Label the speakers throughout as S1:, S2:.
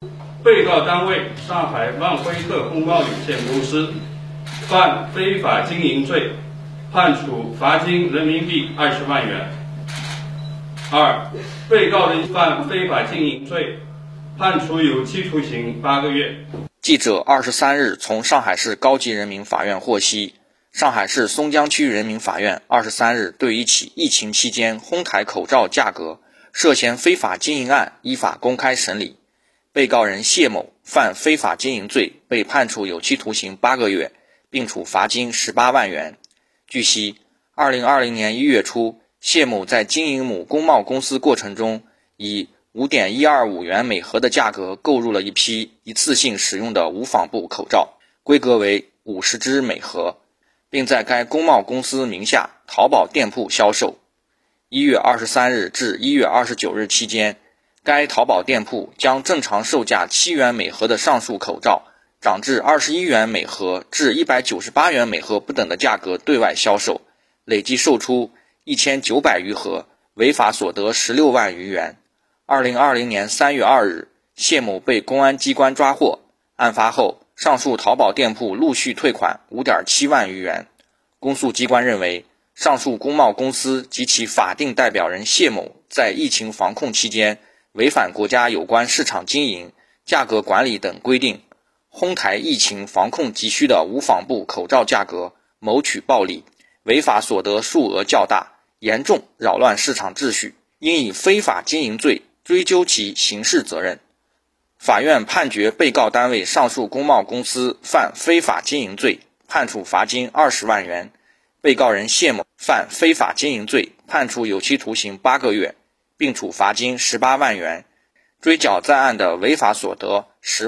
S1: 被告单位上海万辉特工贸有限公司犯非法经营罪，判处罚金人民币20万元。二、被告人犯非法经营罪，判处有期徒刑8个月。
S2: 记者23日从上海市高级人民法院获悉，上海市松江区人民法院23日对一起疫情期间哄抬口罩价格涉嫌非法经营案依法公开审理。被告人谢某犯非法经营罪，被判处有期徒刑8个月，并处罚金18万元。据悉，2020年1月初，谢某在经营母工贸公司过程中，以5.125元每盒的价格购入了一批一次性使用的无纺布口罩，规格为50只每盒，并在该工贸公司名下淘宝店铺销售。1月23日至1月29日期间，该淘宝店铺将正常售价7元每盒的上述口罩涨至21元每盒至198元每盒不等的价格对外销售，累计售出1900余盒，违法所得16万余元。2020年3月2日，谢某被公安机关抓获。案发后，上述淘宝店铺陆续退款5.7万余元。公诉机关认为，上述工贸公司及其法定代表人谢某在疫情防控期间违反国家有关市场经营、价格管理等规定，哄抬疫情防控急需的无纺布口罩价格，谋取暴利，违法所得数额较大，严重扰乱市场秩序，应以非法经营罪追究其刑事责任。法院判决被告单位上述工贸公司犯非法经营罪，判处罚金20万元；被告人谢某犯非法经营罪，判处有期徒刑8个月，并处罚金18万元，追缴在案的违法所得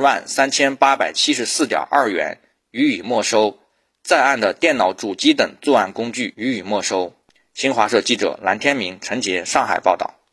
S2: 10.3874.2元，予以没收；在案的电脑主机等作案工具予以没收。新华社记者蓝天明、陈杰上海报道。